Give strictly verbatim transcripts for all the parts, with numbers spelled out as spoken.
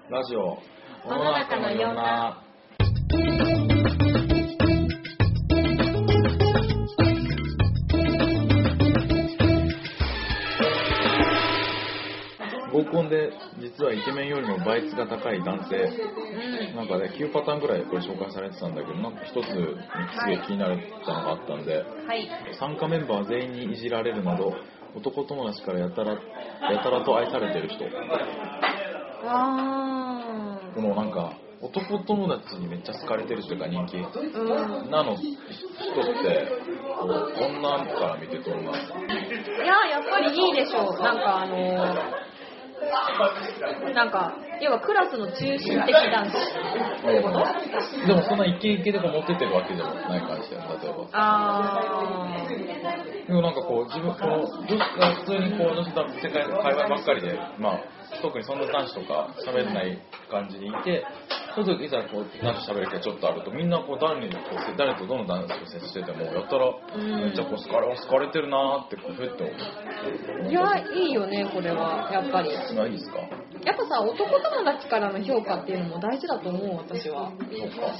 ラジオ世の中のいろんな合コンで実はイケメンよりも倍率が高い男性、うん、なんかねきゅうパターンぐらいこれ紹介されてたんだけど、なんか一つすげえ気になったのがあったんで、はい、参加メンバー全員にいじられるなど男友達からやたらやたらと愛されてる人。あこのなんか男友達にめっちゃ好かれてる人が人気、うん、なの人ってこう女から見てどんな？いややっぱりいいでしょう。なんかあのーなんか要はクラスの中心的男子ってこと？ でもそんなイケイケでこうモテてるわけでもない感じだよ、例えば。あでもなんかこう自分この女子が普通にこう女子と世界の会話ばっかりで、まあ特にそんな男子とか喋れない感じにいて、その時いざこう男子喋る気がちょっとあると、みんなこう誰にこう誰とどの男子と接しててもやったらめっちゃこう好かれ好かれてるなーってこうふっと思う。 いやいいよねこれはやっぱり。 ないですか？ やっぱさ男友達からの評価っていうのも大事だと思う私は。そうか。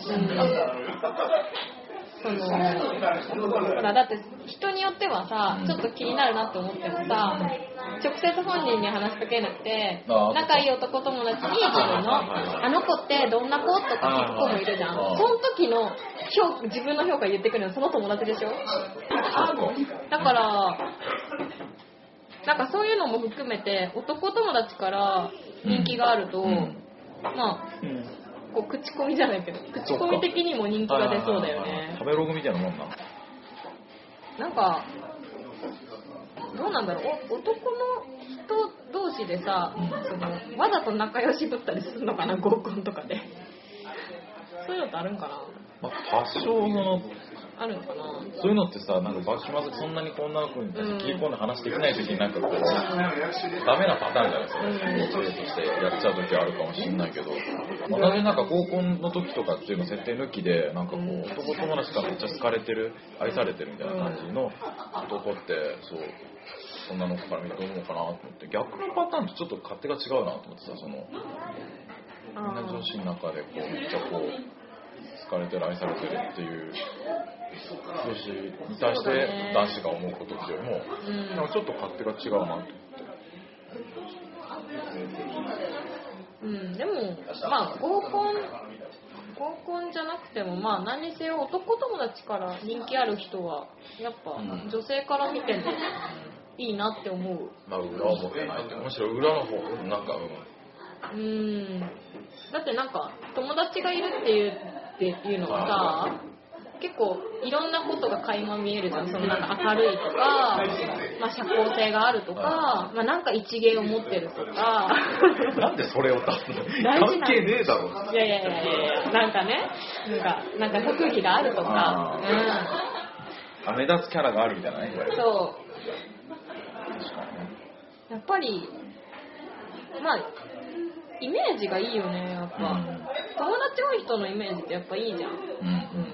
そのほらだって人によってはさ、ちょっと気になるなって思ってもさ、直接本人に話しかけなくて仲いい男友達に自分のあの子ってどんな子とか聞く子もいるじゃん。その時の評自分の評価言ってくるのその友達でしょ。だからなんかそういうのも含めて男友達から人気があると、うん、まあ、うん、こう口コミじゃないけど口コミ的にも人気が出そうだよね。 食べログみたいなもんな。 なんかどうなんだろう、お男の人同士でさ、うん、そのわざと仲良しぶったりするのかな合コンとかで。そういうのってあるんかな。 まあ、多少のあるのかな。 そういうのってさ、なんかバッシュマズそんなにこんな風に切り込んで話できない時になんかこう、うん、ダメなパターンじゃないですか、うん、モチベートしてやっちゃう時あるかもしれないけど、私なんか合コンの時とかっていうの設定抜きでなんかこう男友達からめっちゃ好かれてる愛されてるみたいな感じの男ってそう女の子から見てどう思うかなと思って、逆のパターンとちょっと勝手が違うなと思ってさ、そのみんな女子の中でこうめっちゃこう好かれてる愛されてるっていう女子に対して男子が思うことっていうよりも、うん、なんかちょっと勝手が違うなと思って、 うん、でもまあ合コン合コンじゃなくてもまあ何にせよ男友達から人気ある人はやっぱ女性から見てもいいなって思う。 まあ裏を持ってないって、むしろ裏の方なんかうん、うんだってなんか友達がいるっていうっていうのがさ結構いろんなことが垣間見えるじゃん。そのなんか明るいとか、まあ、社交性があるとか、まあ、なんか一芸を持ってるとかなんでそれを出すの関係ねえだろ。 いやいやいやいやなんかねなんかなんか特技があるとか、 うん、あ目立つキャラがあるみたいなね。 そうやっぱりまあイメージがいいよねやっぱ、うん、友達多い人のイメージってやっぱいいじゃん、うんうん、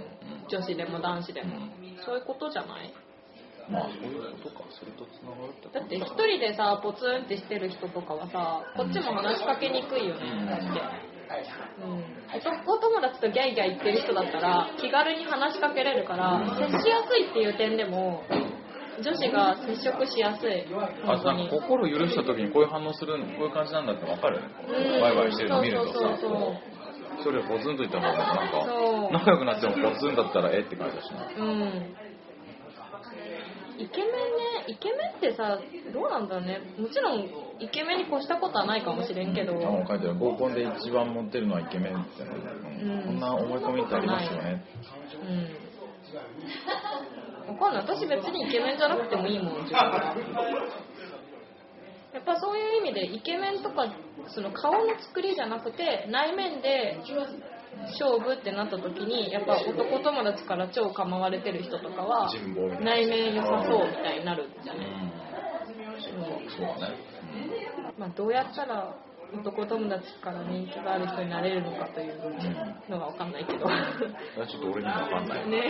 女子でも男子でも、うん、そういうことじゃない？ まあそういうことか、それとつながるってことだって一人でさポツンってしてる人とかはさこっちも話しかけにくいよね、うん、だって、うん、男友達とギャイギャイ言ってる人だったら気軽に話しかけれるから接しやすいっていう点でも女子が接触しやすい。 あなんか心を許した時にこういう反応するこういう感じなんだって分かる、うん、バイバイしてるの見るとさ、そうそうそうそれをポツンといった方がなんか仲良くなってもポツンだったらえって感じだしな、うん、 イケメンねイケメンってさどうなんだろうね。もちろんイケメンに越したことはないかもしれんけど、うん、 あ書いてある合コンで一番持ってるのはイケメンって、うん、こんな思い込みってありますよね。うんわかんない。私別にイケメンじゃなくてもいいもん自分は。やっぱそういう意味でイケメンとかその顔の作りじゃなくて内面で勝負ってなった時にやっぱ男友達から超構われてる人とかは内面良さそうみたいになるんじゃない？うん、そうだね。まあどうやったら男友達から人気がある人になれるのかというのが分かんないけど、うん、ちょっと俺にも分かんないね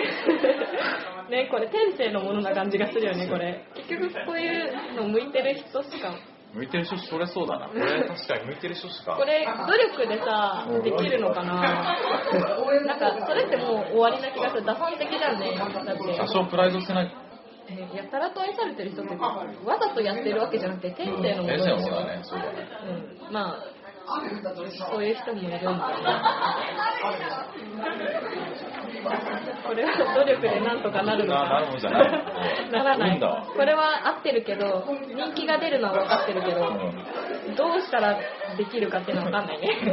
ねこれ天性のものな感じがするよねこれ結局こういうの向いてる人しか向いてる書士それそうだな。これ確かに向いてる書士か。 これ努力でさできるのかな。なんかそれってもう終わりな気がする。打算的だよね。だって多少プライドしてない。 やたらと愛されてる人ってわざとやってるわけじゃなくて天性のもの。 天性のものだね。そうだね。 うん。まあそういう人もいるんだよね。これは努力でなんとかなるのかなるもんじゃない。 ならない。 いいんだ。 これは合ってるけど人気が出るのは分かってるけど、うん、どうしたらできるかっていうのは分かんないね。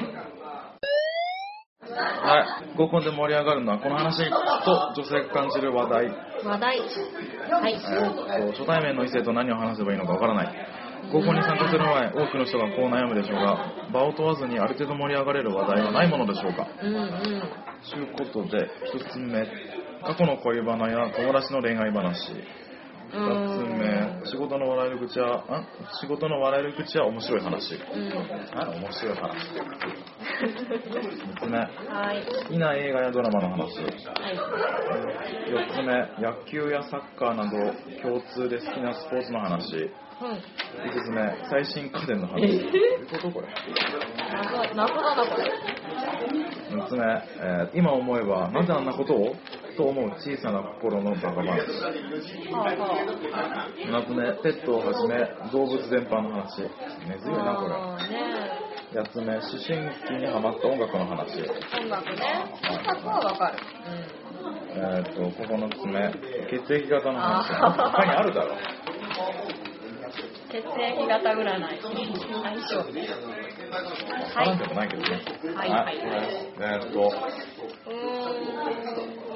はい、合コンで盛り上がるのはこの話と女性が感じる話題。 話題。はい。 えー、初対面の異性と何を話せばいいのか分からない。合コンに参加する前、多くの人がこう悩むでしょうが、場を問わずにある程度盛り上がれる話題はないものでしょうか。 うんうん。 ということで、一つ目、過去の恋バナや友達の恋愛話。二つ目、仕事の笑える口は、あ仕事の笑える口は面白い話。うん、あ面白い話。三つ目、はい、好きな映画やドラマの話。はい、四つ目、野球やサッカーなど共通で好きなスポーツの話。うん、五つ目、最新家電の話。どういうことこれ。 謎だなこれ。 六つ目、えー、今思えばなぜあんなことをと思う小さな心のバカ話。七つ目、ペットをはじめ動物全般の話。根強いなこれ。八つ目、思春期にハマった音楽の話。 音楽ね。音楽はわかる。 うん、えー、っと九つ目、血液型の話。他にあるだろう。 血液型占い。相性。 はい。でもないけどね。 はいはい。 えー、っと。 うーん。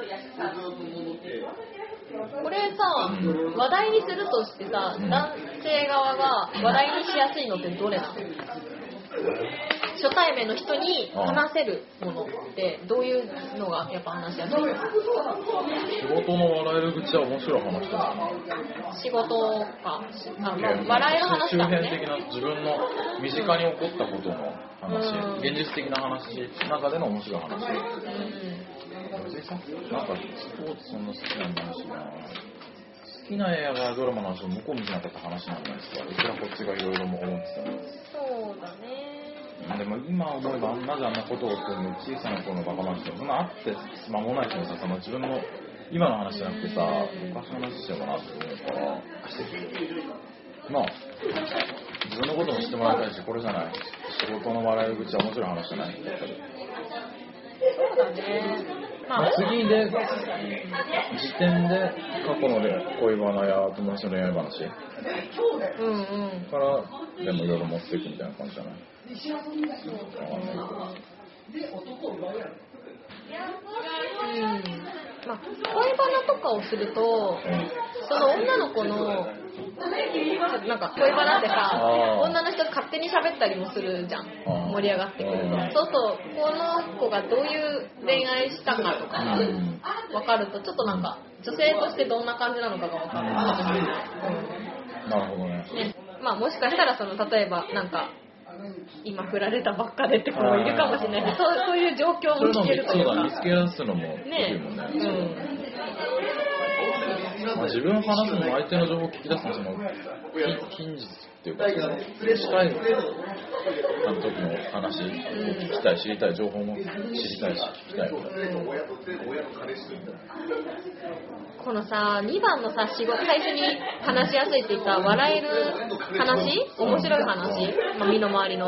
これさ、うん、話題にするとしてさ、うん、男性側が話題にしやすいのってどれなの？初対面の人に話せるものってどういうのがやっぱ話しやすいの？ 仕事の笑える口は面白い話だな。 仕事か、あ、笑える話だね。 周辺的な自分の身近に起こったことの話、うん、現実的な話の中での面白い話。うん、別にさ、なんかスポーツそんな好きなんだしな。好きな映画やドラマの話を向こう見てなかった話なんですよ。いくらこっちがいろいろ思ってたの。 そうだね。 でも今思えばなぜあんなことをするの小さな頃のバカ話でそんなあって間もないけどさ、その自分の今の話じゃなくてさ、昔の話してもなって思うからまあ自分のことも知ってもらいたいし、これじゃない仕事の笑い口は面白い話じゃない。 そうだね。まあ、 次で時点で過去の恋バナや友達の恋愛話、 うんうん、 からでもいろいろ持っていくみたいな感じじゃない。 うん、まあ、恋バナとかをすると、うん、その女の子のなんか恋バナってさ、女の人が勝手に喋ったりもするじゃん、盛り上がってくると。そうそう、この子がどういう恋愛したかとかさ、うん、分かるとちょっとなんか女性としてどんな感じなのかが分かるかもしれない。 うん、なるほどね。 ね、まあもしかしたらその例えばなんか今振られたばっかでって子もいるかもしれないし、そうそういう状況も聞けるというか。 そうだ、見つけ出すのもいいもんね。ね、うん、まあ、自分話すのも相手の情報を聞き出すのその近日っていうかその近いあの時の話を聞きたい、知りたい、情報も知りたいし聞きたい、うん、 このさにばんのさ仕事最初に話しやすいって言った笑える話、面白い話、まあ、身の回りの、うん、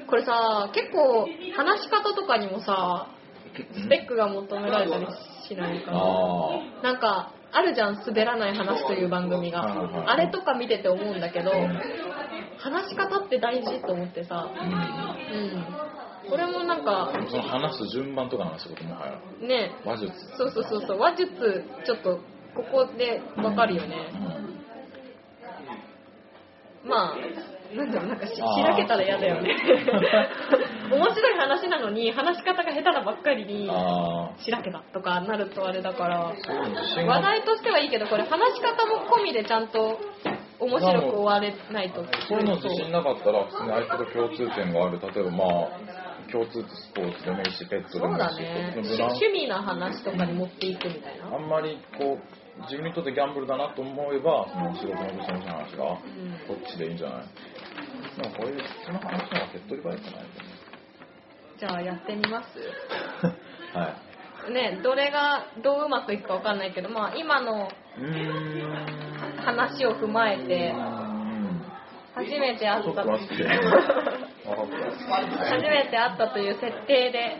これさ結構話し方とかにもさスペックが求められたりしないかな。あなんかあるじゃん、滑らない話という番組が、はいはいはい、あれとか見てて思うんだけど、うん、話し方って大事と思ってさ、うん、うん、これもなんかその話す順番とかの話こともはやね、話術、 そうそうそうそう、話術ちょっとここでわかるよね、うん、まあなんだろう、なんかし開けたら嫌だよね面白い話なのに話し方が下手なばっかりに開けたとかなるとあれだから、話題としてはいいけどこれ話し方も込みでちゃんと面白く終われないと。 そういうの自信なかったら普通に相手と共通点がある、例えばまあ共通ってスポーツでもいいしペットでもいいし、 そうだね、趣味な話とかに持っていくみたいな、 うん、あんまりこう自分にとってギャンブルだなと思えば、その仕事の部署の話がこっちでいいんじゃない？でもこういうその話の方が手っ取り早くない？ じゃあやってみます。 はい。 ね、どれがどううまくいくかわかんないけど、まあ今の話を踏まえて初めて会った。初めて会ったという設定で。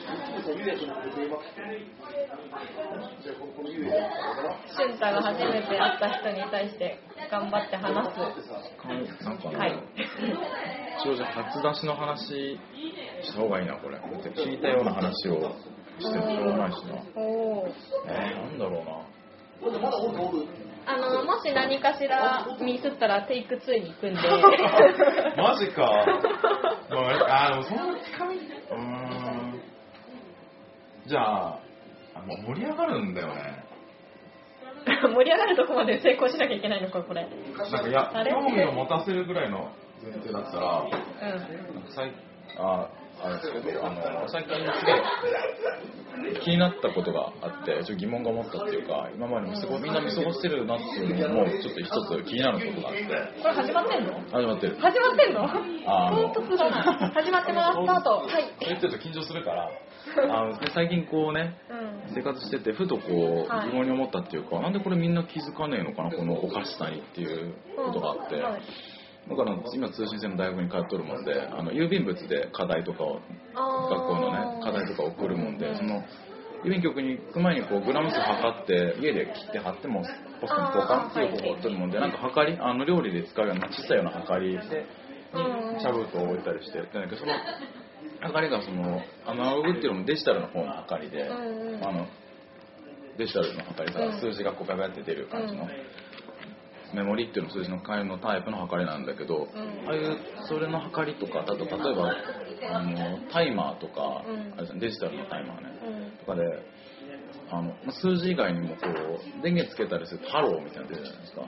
俊太が初めて会った人に対して頑張って話す。 なんかね、 はい。 一応じゃあ初出しの話した方がいいなこれ。聞いたような話をしてもしょうがないしな。おー。えー、なんだろうな。 あのもし何かしらミスったらテイクツーに行くんで。 マジか。あでもそんな近い。うーん。じゃあ、あもう盛り上がるんだよね。 盛り上がるとこまで成功しなきゃいけないのかこれ。 なんかいや興味を持たせるぐらいの前提だったら、うん、なんか最ああれですけど、あの最近すげえ気になったことがあって、ちょっと疑問が思ったっていうか、今までもすごいみんな見過ごしてるなっていうのもちょっと一つ気になることがあって。 これ始まってんの？ 始まってる。 始まってんの？本当だな。始まってます。スタート。はい。 言ってると緊張するから。あの最近こうね、うん、生活しててふとこう疑問に思ったっていうか、はい、なんでこれみんな気づかねえのかなこのおかしさにっていうことがあって、うんはい、だから今通信制の大学に通っとるもんで、あの郵便物で課題とかを学校のね課題とか送るもんで、うん、その郵便局に行く前にこうグラム数測って家で切って貼ってもポストに交換っていう方法を取るもんで、なんか測りあの料理で使うような小さいような測りでに茶封筒を置いたりして、だけどその測りがそのアナログっていうのもデジタルの方の測りで、うんうん、あのデジタルの測りが数字がこうガガって出る感じの、うん、メモリっていうの数字の回のタイプの測りなんだけど、うん、ああいうそれの測りとか、あと例えばあのタイマーとか、うん、あれじゃんデジタルのタイマーね、うん、とかであの数字以外にもこう電源つけたりするとハローみたいなの出るじゃないですか。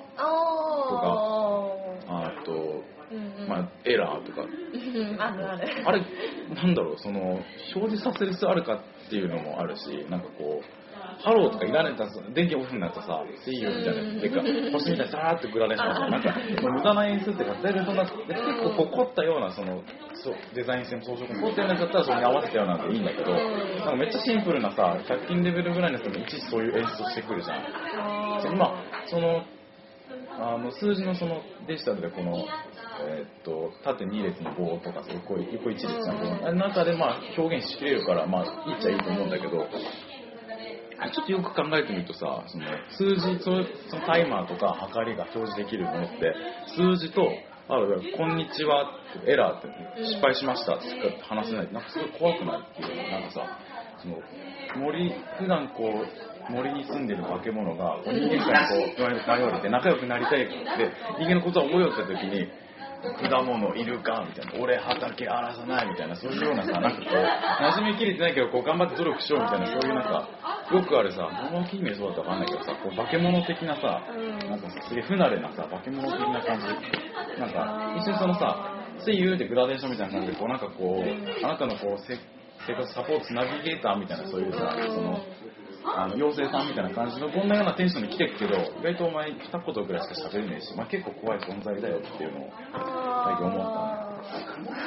とかあとうんうんまあ、エラーとかあるあるあれなんだろうその表示させる必要あるかっていうのもあるし、なんかこうハローとかいらないと電気オフになるとさ「See you」みたいなっていうか星みたいにさーってグラデーションなんか無駄な演出っていうか大体そんな結構こう凝ったようなそのそうデザイン性も装飾も凝ったようなやつだったらそれに合わせたようなんでいいんだけど、なんかめっちゃシンプルなさひゃく均レベルぐらいのやつでもいちいちそういう演出をしてくるじゃん。今そのあの数字のそのデジタルでこのえー、っと縦に列にごとかそういう横一列なの、あれの中でまあ表現しきれるからまあいいっちゃいいと思うんだけど、ちょっとよく考えてみるとさ、その数字そのそのタイマーとか測りが表示できるものって数字とあるこんにちはエラーって失敗しましたってしか話せない、なんかすごい怖くないっていう、なんかさその森普段こう森に住んでる化け物が人間からこう舞い降りて仲良くなりたいで人間のことを覚えようって時に果物いるかみたいな、俺畑荒らさないみたいな、そういうようなさ、なんかこう馴染みきれてないけどこう頑張って努力しようみたいな、そういうなんかよくあるさ、物置姫そうだったかわかんないけどさ、こう化け物的なさ、なんかすげえ不慣れなさ化け物的な感じ、なんか一瞬そのさ「See you」ってグラデーションみたいな感じでこうなんかこうあなたのこう生活サポートナビゲーターみたいな、そういうさそのあの妖精さんみたいな感じのこんなようなテンションに来てるけど、意外とお前二言ぐらいしか喋れねえし、まあ、結構怖い存在だよっていうのを最近思ったんだ。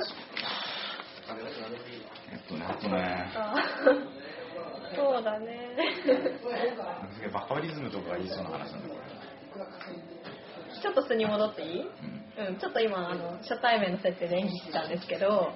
えっとねあとねそうだねすげえバカリズムとか言いそうな話なんだこれ。 ちょっと素に戻っていい？うん、うん、ちょっと今あの初対面の設定で演技してたんですけど、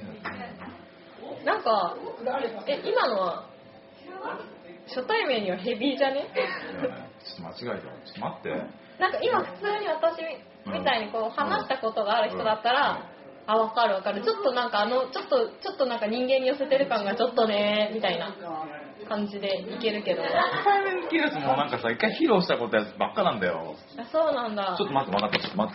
なんかえ今のは初対面にはヘビーじゃね？ ちょっと間違えた。ちょっと待って。 なんか今普通に私みたいにこう話したことがある人だったら、あ分かる分かる。ちょっとなんかあのちょっとちょっとなんか人間に寄せてる感がちょっとねみたいな感じでいけるけど。 初対面系ですもうなんかさ一回披露したことやつばっかなんだよ。 あそうなんだ。 ちょっと待って分かったちょっと待った。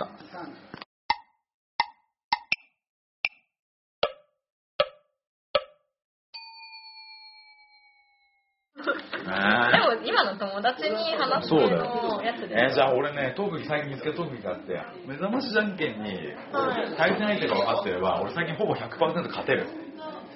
でも今の友達に話すのやつで、 えー、じゃあ俺ね特技最近見つけた特技があって、目覚ましじゃんけんに対戦相手が分かってれば俺最近ほぼ ひゃくパーセント 勝てる。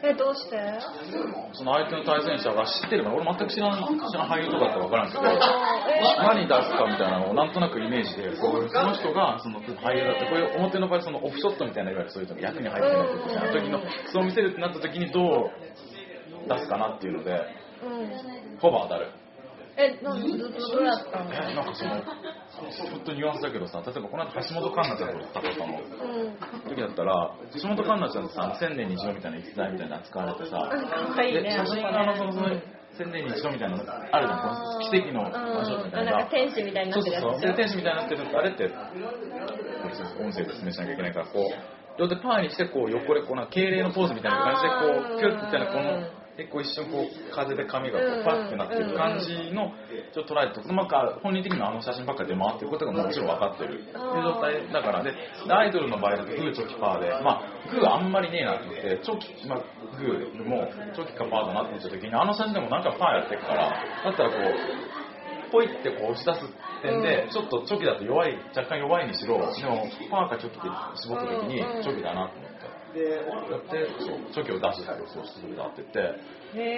え、どうして？ その相手の対戦者が知ってれば、俺全く知らん、知らん俳優とかって分からんけど、何出すかみたいなのをなんとなくイメージで、その人がその俳優だって、これ表の場合そのオフショットみたいな、いわゆるそういうのが役に入ってないみたいな時の、そう見せるってなった時にどう出すかなっていうので、うん、ほぼ当たる。 え、などどうやったの？ え、なんかその、本当にニュアンスだけどさ、例えばこの後橋本環奈ちゃんとタコタの時だったら、橋本環奈ちゃんってさ、千年に一度みたいな逸材みたいな扱われてさ、 かいいね、 で写真家のそのその千年に一度みたいなのあるじゃん、この奇跡の場所みたいな。 なんか天使みたいになってるやつ。 そうそうそう。で天使みたいになってるあれって、音声で説明しなきゃいけないから、こう、両手パーにしてこう横でこうなんか敬礼のポーズみたいな感じでこうキュッみたいなこの。結構一瞬こう風で髪がこうパッてなってる感じのちょっと捉えて、なんか本人的にはあの写真ばっかりで回ってることがもちろん分かってるっていう状態だからで、アイドルの場合だとグーチョキパーで、まあグーあんまりねえなって言ってチョキ、まあ、グーでもチョキかパーだなって言った時にあの写真でもなんかパーやってるから、だったらこうポイってこう押し出す点でちょっとチョキだと弱い、若干弱いにしろ、でもパーかチョキで絞った時にチョキだなと思って。でやってそうチョキを出すってそうするんだって言って、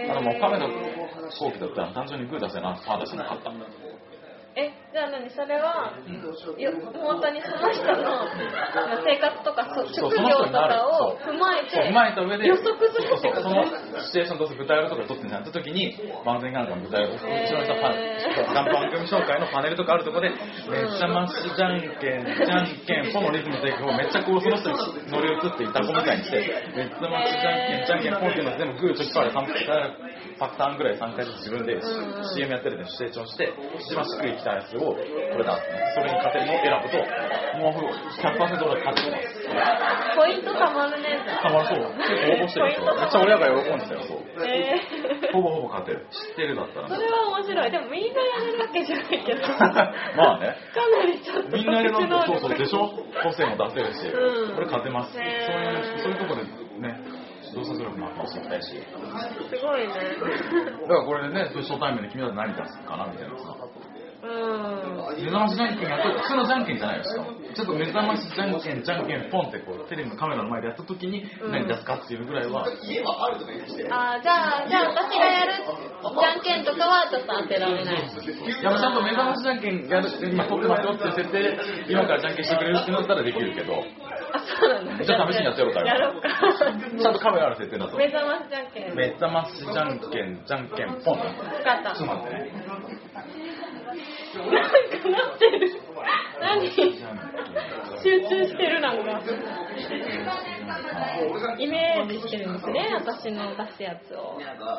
あのもうカメラ後期だったら単純にグー出せなパー出せなかった。 え、じゃあ何それは、うん、よ本当にその人の生活とか職業とかを踏まえて踏まえた上で予測するってこと？ そのシチュエーションとして舞台裏とか撮ってんじゃんって時に万全眼科の舞台裏後ろにさ番組紹介のパネルとかあるところでめっちゃマッシュじゃんけんじゃんけんポのリズムでこうめっちゃこうその人に乗り移っていた子みたいにしてめっちゃマッシュじゃんけんじゃんけんポンっていうの全部グーチョキパーでさんパターンぐらいさんかいずつ自分で シーエム やってるで成長して一番しっくりきたやつをこれだそれに勝てるのを選ぶともう ひゃくパーセント 俺は勝ってます。 ポイントたまるね。 たまるそう。結構応募してるでしょ。めっちゃ親が喜んでたよ。そう。 えー、ほぼほぼ勝てる。知ってるだったら、ね。 それは面白い。でもみんなやれるわけじゃないけど。 まあね。 かなりちょっと。 みんなやるのそうそうでしょ。個性も出せるし、 うん、 俺勝てます。そういうそういうところでね。洞察力もアップしていきたいし。 すごいね。 だからこれでね、初対面で君だと何出すかなみたいなさ。 うん。 目覚ましじゃんけんが普通のじゃんけんじゃないですか。ちょっと目覚ましじゃんけんじゃんけんポンってこうテレビのカメラの前でやった時に何出すかっていうぐらいは。うん、 あじゃあじゃあ私がやるじゃんけんとかはちょっと当てられない。 いやちゃんと目覚ましじゃんけんやる今撮ってますよっていう設定で今からじゃんけんしてくれるってなったらできるけど。 あ、そうなんだ。 じゃあ試しにやってやろうかよ。 やろうか。 ちゃんとカメラある設定だと。 目覚ましじゃんけん。 目覚ましじゃんけんじゃんけんポン。 分かった。 ちょっと待ってね。 なんかなってる。何？集中してるなんか。イメージしてるんですね。私の出すやつを。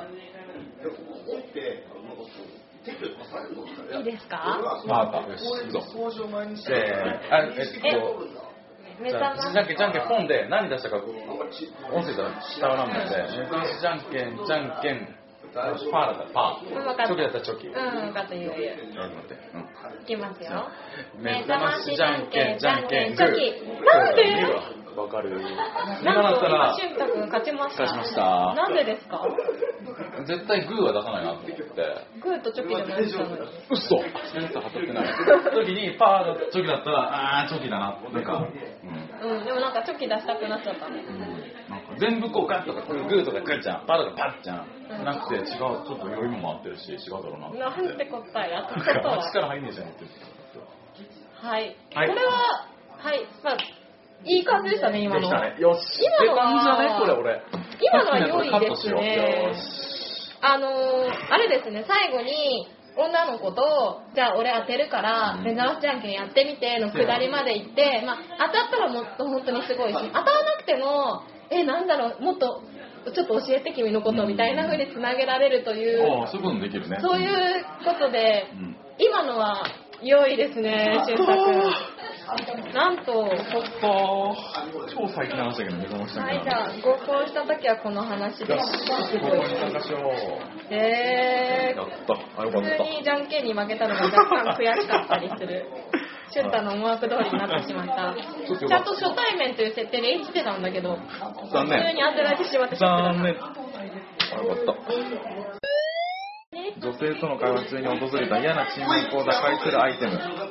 いいですか？ まあ、よし、行くぞ。せー、あ、えっと。じゃんけんじゃんけんポンで何出したか音声じゃ伝わらないので、目覚ましじゃんけんじゃんけんパーだったらパー、チョキだったらチョキ。 うん、分かった、言う言う。 ちょっと待って。うん。 いきますよ。 目覚ましじゃんけんじゃんけんチョキ。なんで？ わかる。 なんと今俊太君勝ちました。 勝ちました。 なんでですか？ 絶対グーは出さないなと思って。 グーとチョキでも出したのに。 嘘。センサー当たってない。時にパーだチョキだったらあーチョキだななんか。 うん、でもなんかチョキ出したくなっちゃったの。うん、 なんか全部こうガッとかグーとかグッちゃんパーとかパッちゃん、うん、なくて違うちょっと余裕も回ってるし違うだろうなって。 なんて答えやったことは。 力入んねえじゃんって。 はい。はい、これははいまあいい感じでしたね今の。 でしたね。よし。 今のはじゃねこれ俺。 今のは良いですね。あのー、あれですね最後に。女の子とじゃあ俺当てるから目覚ましじゃんけんやってみてのくだりまで行って、まあ、当たったらもっと本当にすごいし当たらなくてもえなんだろうもっとちょっと教えて君のことみたいな風につなげられるという、 ああそういうことできるね。 そういうことで、うん、今のは良いですね俊太君。なんとちょっと超最近の話だけど目覚ましじゃんけん。 はいじゃあ合コンした時はこの話で。 合コンに参加しよう。 へえー。 やった。あよかった。 普通にじゃんけんに負けたのが若干悔しかったりする。俊太の思惑通りになってしまった。ちゃんと初対面という設定で演じてたんだけど、 残念。 普通に当てられてしまってしまった。 残念。あよかった。女性との会話中に訪れた嫌な沈黙を打開するアイテム。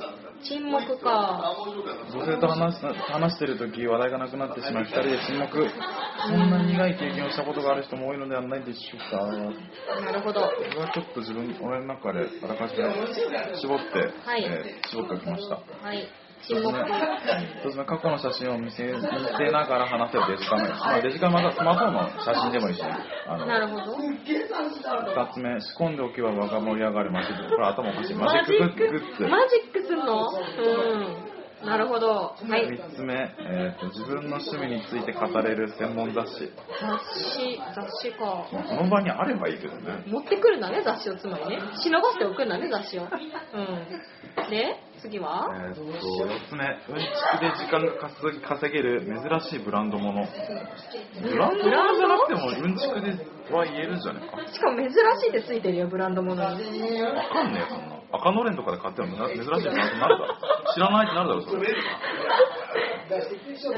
沈黙か。 女性と話し話してるとき話題がなくなってしまい、ふたりで沈黙。そんな苦い経験をしたことがある人も多いのではないでしょうか。 なるほど。これはちょっと自分、俺の中であらかじめ絞って、はい、えー、絞っておきました。 はい。沈黙。 そうですね、過去の写真を見せ、見せながら話せるデジカメ。まあ、デジカメはまたスマホの写真でもいいし、あのなるほど。 二つ目、仕込んでおけば場が盛り上がるマジック。これ頭おかしい。マジックグッズ。 マジックするの？うん。なるほど。はい。 みっつめ、えーと、自分の趣味について語れる専門雑誌。 雑誌、雑誌か。 その場にあればいいけどね。 持ってくるんだね、雑誌をつまりね。忍ばしておくんだね、雑誌を。うん。で、次はえーと、よっつめ、うんちくで時間が稼げる珍しいブランドもの。ブランドものじゃなくてもうんちくでは言えるじゃないか。 しかも珍しいってついてるよ、ブランドものに。 わかんねえ、そんな。赤のれんとかで買っても珍しいブランドになるだろ。知らないってなるだろ、それ。 うん。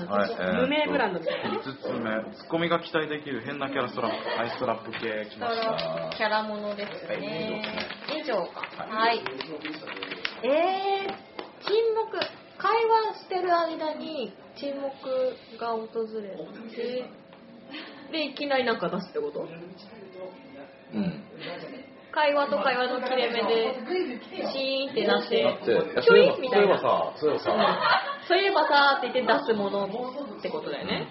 はい、えー、無名ブランドみたいな。 みっつめ、ツッコミが期待できる変なキャラストラップ、アイストラップ系きました。 キャラものですね。以上か。はい。えー、沈黙。会話してる間に沈黙が訪れて、で、いきなりなんか出すってこと？ うん。 会話と会話の切れ目でシーンってなって、 そういえばみたいな。そういえばさ、 そういえばさって言って出すものってことだよね。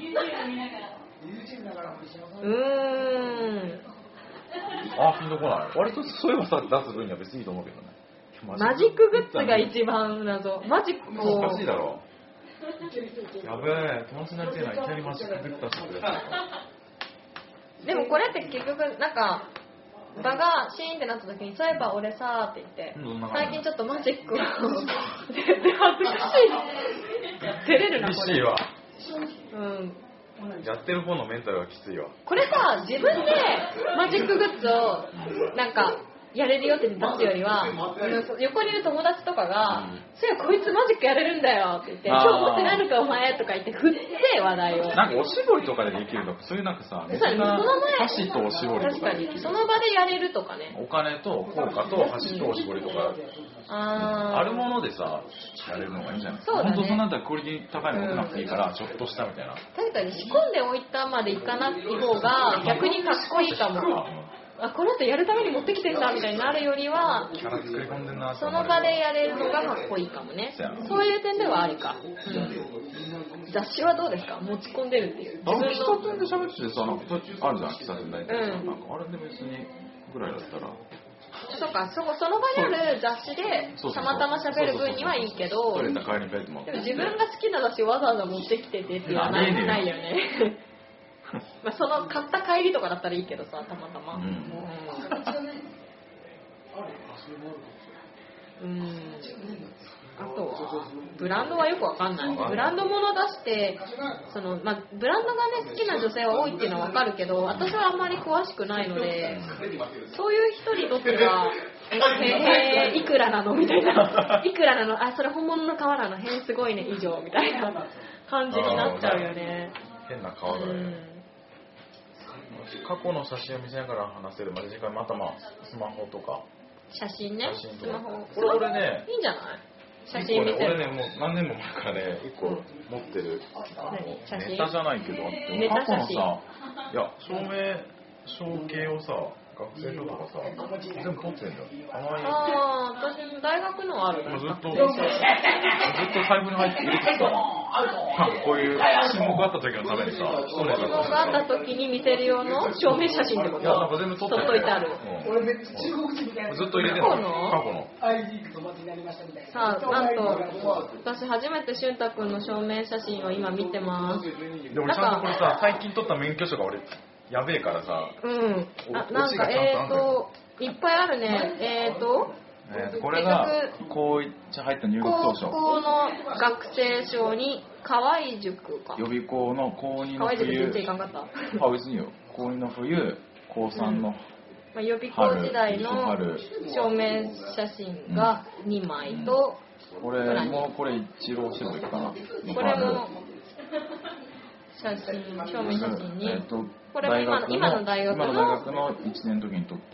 うーん。 あ、ピンとこない。割とそういえばさ出す分には別にいいと思うけどね。 マジックグッズが一番謎。マジックを。 おかしいだろ。やべえ、友達になりてえな、いきなりマジックグッズ出してくれた。 でもこれって結局なんか。場がシーンってなった時に、そういえば俺さーって言って、最近ちょっとマジックをで恥ずかしい。照れるな、これ。 嬉しいわ。 うん。 やってる方のメンタルがきついわ。 これさ、自分でマジックグッズをなんかやれるよって出すよりは、横にいる友達とかが、うん、そういやこいつマジックやれるんだよって言って、今日持ってないのかお前とか言って振って話題を。 なんかおしぼりとかでできるとか、そういうなんかさ、 その前箸とおしぼりとか。 確かに、その場でやれるとかね。 お金と効果と箸とおしぼりとか。あ, あるものでさ、やれるのがいいんじゃない？そうだね。本当そんなんだったらクオリティ高いの持ってなくていいから、うん、ちょっとしたみたいな。 確かに仕込んでおいたまでいかなくて方が逆にかっこいいかも。あ、この人やるために持ってきてんだみたいになるよりは、 キャラ作り込んでんな。 その場でやれるのがかっこいいかもね。そういう点ではありか。うん、雑誌はどうですか？持ち込んでるっていう。 あの喫茶店で喋っててさ、なんかあるじゃん、喫茶店大体さ、うん、なんかあれで別にぐらいだったら。 そうか、そこその場にある雑誌でたまたま喋る分にはいいけど、でも自分が好きな雑誌をわざわざ持ってきててっていうのはないよね。まあその買った帰りとかだったらいいけどさ、たまたま。うん。うん、あとはブランドはよくわかんない。ブランド物出してその、まあ、ブランドがね好きな女性は多いっていうのはわかるけど、私はあんまり詳しくないので、そういう人にとってはえー、いくらなのみたいな、いくらなの、あ、それ本物の革なの、へーすごいね以上みたいな感じになっちゃうよね。 変な革だね。うん、過去の写真を見せながら話せるまで時間、またまあスマホとか写真ね、 写真とか、これ俺ね、 いいんじゃない？写真見せる。 俺ね、もう何年も前からね、一個持ってる、うん、ネタじゃないけどあって、過去のさ、いや証明証系をさ、学生証とかさ、全部取ってんだよ。 ああ、私大学のある。 ずっとずっと財布に入って入れてた。こういう沈黙があった時のためにさ、 沈黙があった時に見せる用の証明写真ってこと？いや、 なんか全部撮ってっといてある。 俺めっちゃ中国人みたいな。ずっと入れてるの。過去の。 さあ、なんと私初めて俊太くんの証明写真を今見てます。 でもちゃんとこれさ、最近撮った免許証が俺やべえからさ。 うん。あ、なんかえーといっぱいあるね。えーと。 えー、これが高一入った入学当初。 高校の学生証に河合塾か。 予備校の高二の冬。 河合塾全然いかんかった。 あ、別によ。高二の冬、高三の、うん、 まあ、予備校時代の証明写真がにまいと、 うん、これもこれ一浪してもいいかな。 これも写真証明写真に、えー、とこれも今の今の大学の今の大学のいちねんの時に撮った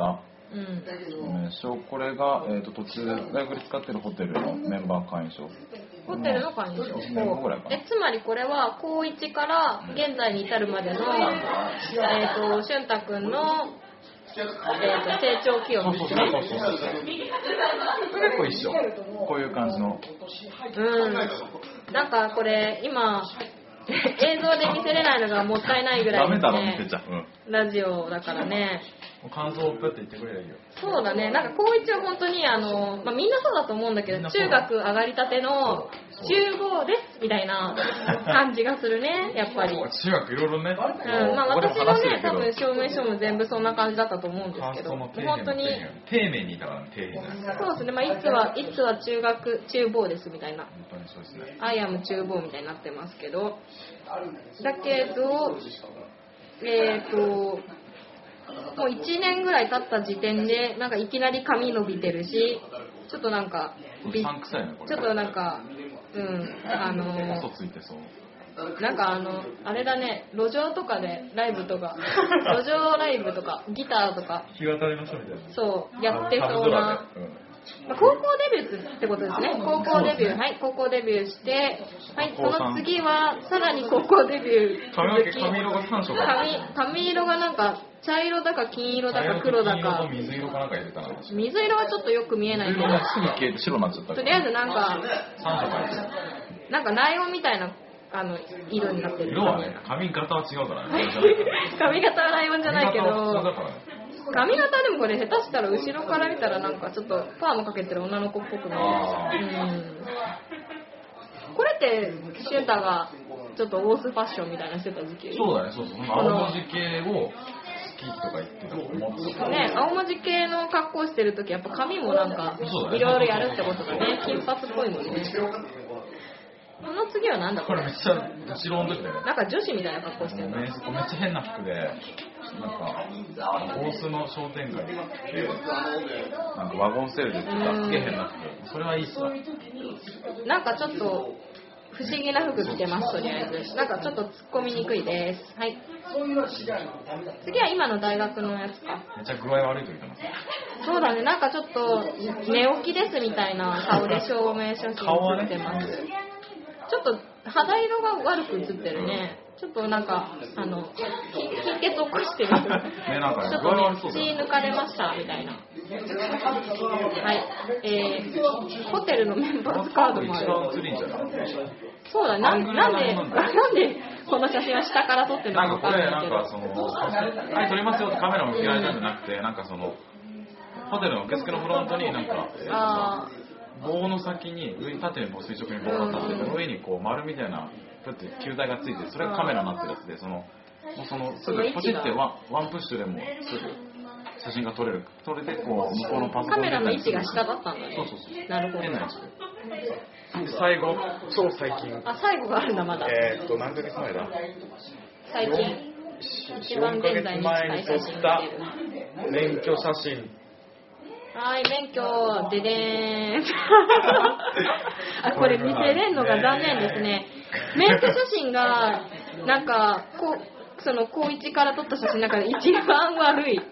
うん、 名称、これが、えー、と途中で大学で使ってるホテルのメンバー会員証。 ホテルの会員証。 いちねんごぐらいかな。 え、つまりこれは高いちから現在に至るまでの、えー、と俊太くんの、えー、と成長記憶ですね。 そうそうそうそう。結構一緒。こういう感じの。 うん。なんかこれ今映像で見せれないのがもったいないぐらい、ね、 ダメだろ見せちゃう、 うん、ラジオだからね。 感想をプッて言ってくれりゃいいよ。 そうだね。なんか高一は本当にあの、まあ、みんなそうだと思うんだけど、中学上がりたての中ごですみたいな感じがするね、やっぱり。 中学いろいろね。 うん、まあ私のね、多分証明書も全部そんな感じだったと思うんですけど、本当に丁寧にいたからね、丁寧な。 そうですね。まあいつはいつは中学中坊ですみたいな。 本当にそうですね。 アイアム中坊みたいになってますけど、だけどえっ、ー、と。もういちねんぐらい経った時点でなんかいきなり髪伸びてるし、ちょっとなんかびちょっとなんかうんあのー、 嘘ついてそうなんかあのあれだね、路上とかでライブとか路上ライブとかギターとか日渡りましょうみたいなそうやってそうな、まあ、高校デビューってことですね。高校デビュー、はい、高校デビューして、はい、その次はさらに高校デビュー髪の毛髪色がさん色か髪髪色がなんか茶色だか金色だか黒だか水色かなんか入れたな。 水色はちょっとよく見えないけど、 すぐ消えて白になっちゃった。 とりあえずなんかさん色入ってる。 なんかライオンみたいなあの色になってる。 色はね、髪型は違うからね。 髪型はライオンじゃないけど、髪型でもこれ下手したら後ろから見たらなんかちょっとパーマかけてる女の子っぽく見える。うんこれってシュンタがちょっとオースファッションみたいなしてた時期。 そうだね、そうそう。青文字系を好きとか言ってたと思ってたね。青文字系の格好してる時やっぱ髪もなんかいろいろやるってことだね。金髪っぽいもんね。この次はなんだこれめっちゃ後ろの時だよね。 なんか女子みたいな格好してる。 めっちゃ変な服で、なんか大須の商店街でなんかワゴンセールで売ってたすげえ変な服。それはいいっすわ。 なんかちょっと不思議な服着てます。とりあえずなんかちょっと突っ込みにくいです。はい。次は今の大学のやつか。 めっちゃ具合悪いと言ってます。 そうだね。なんかちょっと寝起きですみたいな顔で証明書に写ってます。ちょっと肌色が悪く写ってるね。ちょっとなんかあの貧血起こしてる。 ね、なんかね、 ちょっとね血抜かれましたみたいな。はい。えー、ホテルのメンバーズカードもある。そうだ。なんなんでなんでこの写真は下から撮ってるのかわかんないけど。 なんかこれなんかそのはい撮りますよってカメラを向けられたんじゃなくて、なんかそのホテルの受付のフロントになんか。あー棒の先に上に縦にこう垂直に棒が立ってて、上にこう丸みたいなプって球体がついて、それがカメラになってるやつで、そのもうそのすぐポチってワン、ワンプッシュでもすぐ写真が撮れる。それでこう向こうのパソコンカメラの位置が下だったんだね。 そうそうそう。 なるほど。 変な位置で。最後、超最近。 あ、最後があるんだまだ。 えーっと何ヶ月前だ。 最近。一番現在に前に撮った免許写真。 はい、免許、ででーん。あ、これ見せれんのが残念ですね。免許写真が、なんか、こう、その、高一から撮った写真の中で一番悪い。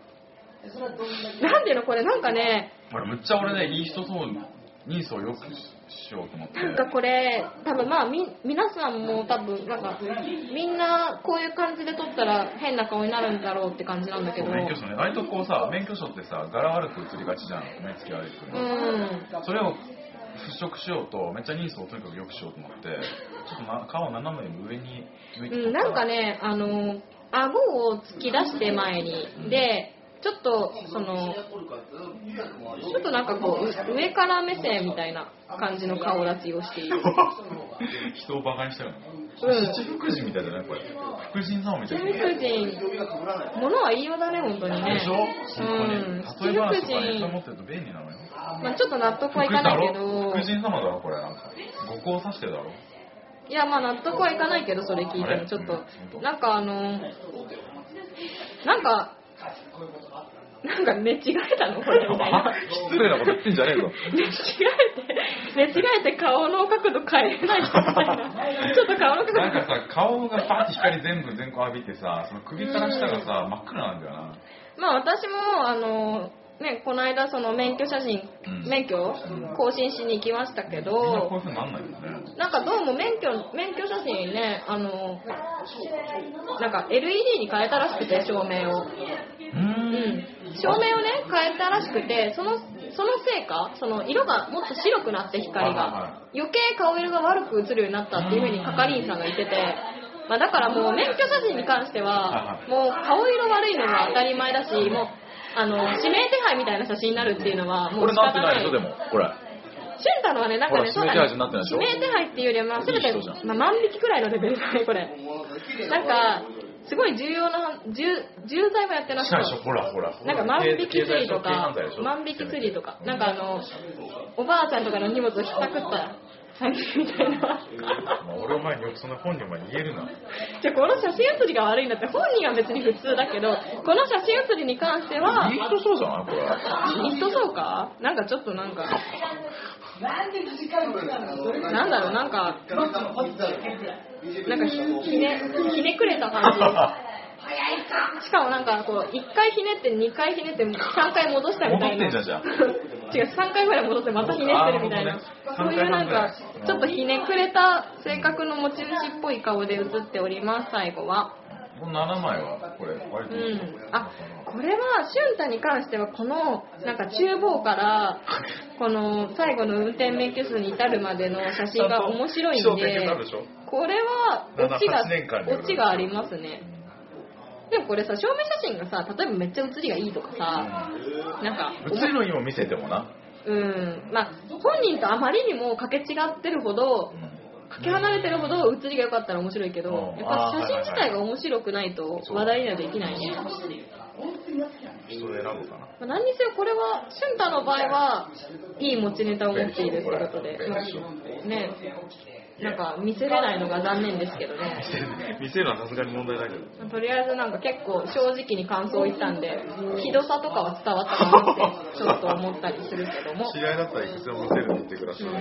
なんでのこれ、なんかね。 あれ、むっちゃ俺ね、いい人そう人相よくしようと思って。 なんかこれ、多分まあ、み、皆さんも多分、なんか、みんなこういう感じで撮ったら変な顔になるんだろうって感じなんだけど。 免許証ね、割とこうさ、免許証ってさ、柄悪く写りがちじゃん、目つき悪い人に。 うん。 それを払拭しようと、めっちゃ人相をとにかくよくしようと思って、ちょっとな顔を斜めに上に向いて、うん、なんかね、あの、顎を突き出して前に、で、ちょっとそのちょっとなんかこう上から目線みたいな感じの顔立ちをしている。 人をバカにしてるの。 うん。 七福神みたいだねこれ。福神様みたいな。 七福神。物は言いようだね本当にね。 でしょ？ うん。 例え話とかね、そう持ってると便利なのよ。 まあちょっと納得はいかないけど。 福神様だろこれなんか。五行指してるだろ。 いやまあ納得はいかないけどそれ聞いてもちょっとなんかあのなんかなんか寝違えたのこれみたいな。 失礼なこと言ってんじゃねえぞ。 寝違えて、寝違えて顔の角度変えれない人みたいな。ちょっと顔の角度。 なんかさ、顔がパッて光全部全部浴びてさ、その首から下がさ、真っ暗なんだよな。 まあ私も、あの、ね、この間その免許写真、うん、免許更新しに行きましたけど、 みんなこういう風になんないよね。 なんかどうも免許免許写真ね、あのなんか エルイーディー に変えたらしくて、照明を、うん、照明をね変えたらしくて、そのそのせいか、その色がもっと白くなって光が余計顔色が悪く映るようになったっていう風に係員さんが言ってて。まあ、だからもう免許写真に関してはもう顔色悪いのが当たり前だし、もうあの指名手配みたいな写真になるっていうのはもう仕方ない。 これなってないでしょでもこれ。 シュンタのはね、なんかね、 そうだね、指名手配っていうよりはまあせめてまあ万引きくらいのレベルだねこれ。なんかすごい重要な重重罪もやってなくて、 ほらほらなんか万引き釣りとか万引き釣りとか、なんかあのおばあちゃんとかの荷物をひったくった感じみたいな。 俺お前によくその本人お前言えるな。 じゃあこの写真写りが悪いんだって、本人は別に普通だけど、この写真写りに関しては。 いい人そうじゃないこれ。 いい人そうか？なんかちょっとなんか。なんだろう、なんか。なんかひねひねくれた感じ。しかもなんかこういっかいひねってにかいひねってさんかい戻したみたいな。 戻ってんじゃんじゃん。 違う、さんかいぐらい戻ってまたひねってるみたいな、そういうなんかちょっとひねくれた性格の持ち主っぽい顔で写っております。最後はこのななまいはこれ割と、うん、 あ、これはシュンタに関してはこのなんか厨房からこの最後の運転免許数に至るまでの写真が面白いんで、これはオチがオチがありますね。でもこれさ、証明写真がさ、例えばめっちゃ写りがいいとかさ、うん、なんか写りのいいも見せてもな、 うん、まあ本人とあまりにもかけ違ってるほど、うん、かけ離れてるほど写りが良かったら面白いけど、やっぱ写真自体が面白くないと話題にはできないね。 人を選ぶかな。 まあ、何にせよこれはシュンタの場合はいい持ちネタを持っているってことで、ね。なんか見せれないのが残念ですけどね。 見せるのはさすがに問題だけど。 とりあえずなんか結構正直に感想を言ったんで、ひどさとかは伝わったかなってちょっと思ったりするけども。 試合だったらいくつも見せるって言ってください。うん、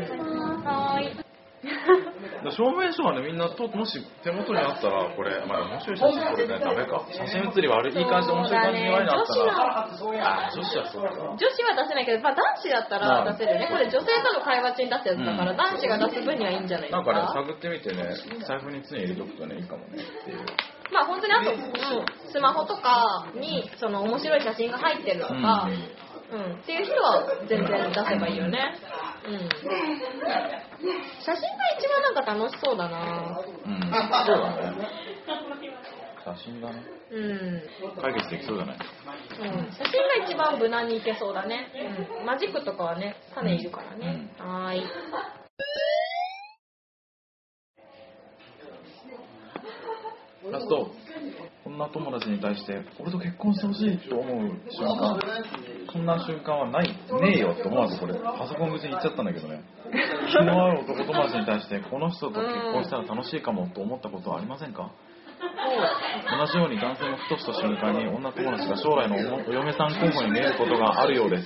はーい。 証明書はね、みんなともし手元にあったらこれ、まあ、面白い写真撮れないとダメか。写真写り悪い、いい感じで面白い感じに悪いのあったら、女子はそうか。 女子は出せないけど、まあ、男子だったら出せるね。これ女性との会話中に出すやつだから、うん、男子が出す分にはいいんじゃないですか。 なんかね、探ってみてね、財布に常に入れとくとね、いいかもねっていう。 まあ本当にあと、うん、スマホとかにその面白い写真が入ってるのとか、うんうん、っていう人は全然出せばいいよね。うん。写真が一番なんか楽しそうだな。 うん。そうだね。写真だね。 うん。 解決できそうじゃない。 うん。写真が一番無難にいけそうだね。うん。マジックとかはね、種いるからね。うん、はーい。 ラスト。女友達に対して俺と結婚してほしいと思う瞬間、そんな瞬間はないねえよって思わずこれパソコン口に言っちゃったんだけどね。気の合う男友達に対してこの人と結婚したら楽しいかもと思ったことはありませんか？同じように男性もふとした瞬間に女友達が将来のお嫁さん候補に見えることがあるようです。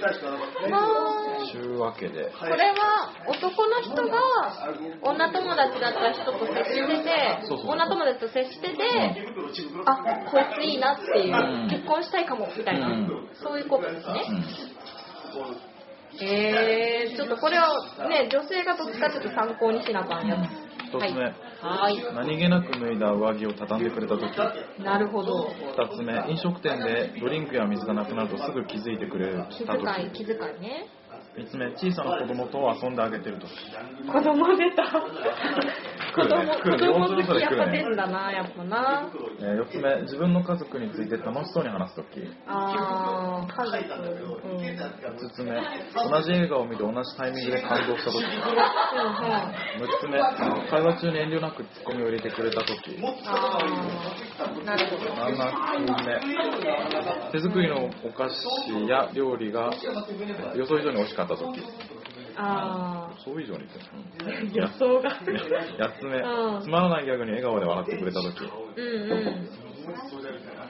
というわけでこれは男の人が女友達だった人と接してて、そうそう女友達と接してて、うん、あ、こいついいなっていう、うん、結婚したいかもみたいな、うん、そういうことですね。うん、えー、ちょっとこれはね、女性がどっちかちょっと参考にしなあかんやつ。 一つ目、 はい、 何気なく脱いだ上着を畳んでくれた時。 なるほど。 二つ目、飲食店でドリンクや水がなくなるとすぐ気づいてくれた時。 気遣い、気遣いね。 三つ目、小さな子供と遊んであげてるとき。 子供出た。子供、 ね、 子供好きやっぱ出るんだな、やっぱな。 えー、四つ目、自分の家族について楽しそうに話すとき。 あー、家族。うん、 五つ目、同じ映画を見て同じタイミングで感動したとき。六つ目、会話中に遠慮なくツッコミを入れてくれたとき。 あー、なるほど。 七つ目、手作りのお菓子や料理が予想以上に美味しかったとき。 あ予想以上にって予想がやっつ目、つまらないギャグに笑顔で笑ってくれたとき。 うんうん。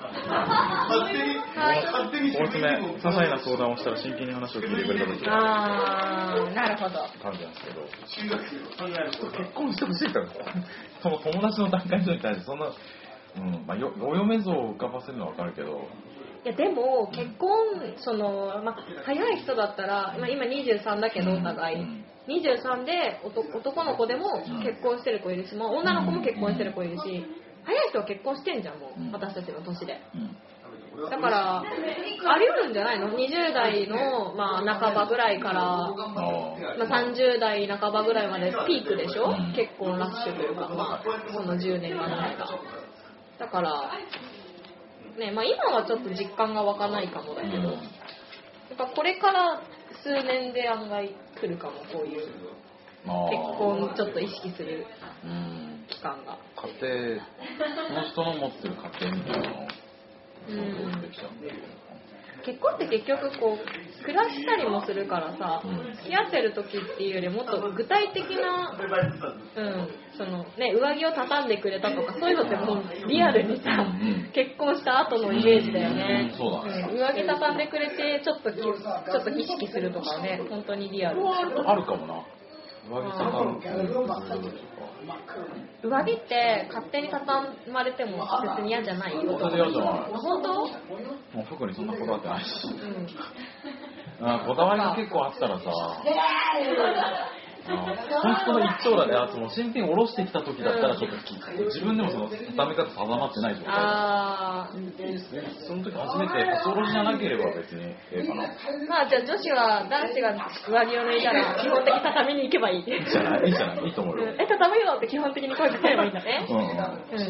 もう一つ目、些細な相談をしたら真剣に話を聞いてくれた時あー、なるほど。 感じなんですけど、結婚してほしいから、その友達の段階の人に対してそんな、うんまあ、よお嫁像を浮かばせるのは分かるけど、 いやでも結婚その、まあ、早い人だったら、まあ、今にじゅうさんだけどお互い、うん、にじゅうさんで男、男の子でも結婚してる子いるし、まあ、女の子も結婚してる子いるし、早い人は結婚してんじゃんもう、うん、私たちの年で、うん、だからあり得るんじゃないの？にじゅう代の、まあ、半ばぐらいから、まあ、さんじゅう代半ばぐらいまでピークでしょ、うん、結婚ラッシュというか、まあ、そのじゅうねんがないかだからね、まあ、今はちょっと実感が湧かないかもだけど、うん、やっぱこれから数年で案外来るかも、こういう結婚ちょっと意識する期間が、 うん、家庭の人の持ってる家庭みたいなのを想像できちゃうんだけど、 結婚って結局こう暮らしたりもするからさ、うん、付き合ってる時っていうよりもっと具体的な、うん、そのね、上着を畳んでくれたとかそういうのってもうリアルにさ、うん、結婚した後のイメージだよね、 うん、そうだね、 うん、上着畳んでくれてちょっとちょっと意識するとかね、本当にリアルあるかもな、上着畳んでくれるとか上着って勝手に畳まれても別に嫌じゃないよ。 全然嫌じゃない。 本当？ もう服にそんなこだわってないし。うん、あこだわりが結構あったらさ、本当の一丁だね。あその新品下ろしてきた時だったらちょっときつい。自分でもその畳み方定まってない状態。ああ。その時初めて初下ろしじゃなければ別にええかな。 まあじゃあ女子は男子が上着を脱いだら基本的に畳みに行けばいい。いいじゃないいいじゃないいいと思うよ。 え畳むよって基本的に声かければいいんだね。うんうん。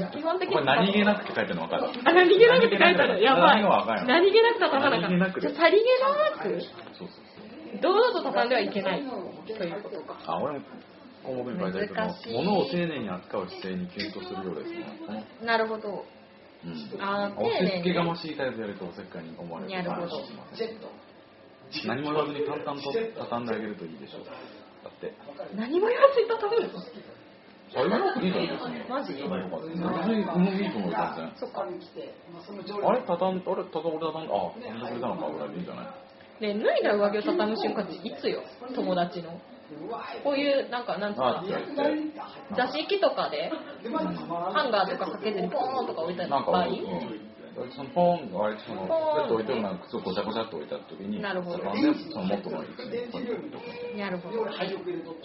基本的に。 これ何気なくって書いてるの分かる。 あ何気なくって書いてある。やばい。何気なく畳まなかった。じゃあさりげなく。そうそう。堂々と畳んではいけないということか。 あ、俺も項目に書いてあるけど、物を丁寧に扱う姿勢にキュンとするようですね。 なるほど。 うん、あおせっけがましいタイプやるとおせっかに思われる。 なるほど。 何も言わずに淡々と畳んであげるといいでしょう。だって。 何も言わずに畳むの？ あれなくていいじゃないですか。 マジ？ 別にうんいいと思うよ全然。 そっか。 あれ畳んあれただ俺畳んあ畳んでくれたのかぐらいでいいんじゃない？ ね、脱いだ上着を畳む瞬間っていつよ？友達のこういうなんかなんつうか座敷とかで、うん、ハンガーとかかけずにポーンとか置いた場合、うん、 そのポーンがそのベッド置いてるのが靴をごちゃごちゃっと置いた時になるほど畳んでその元の位置になるほど。はい。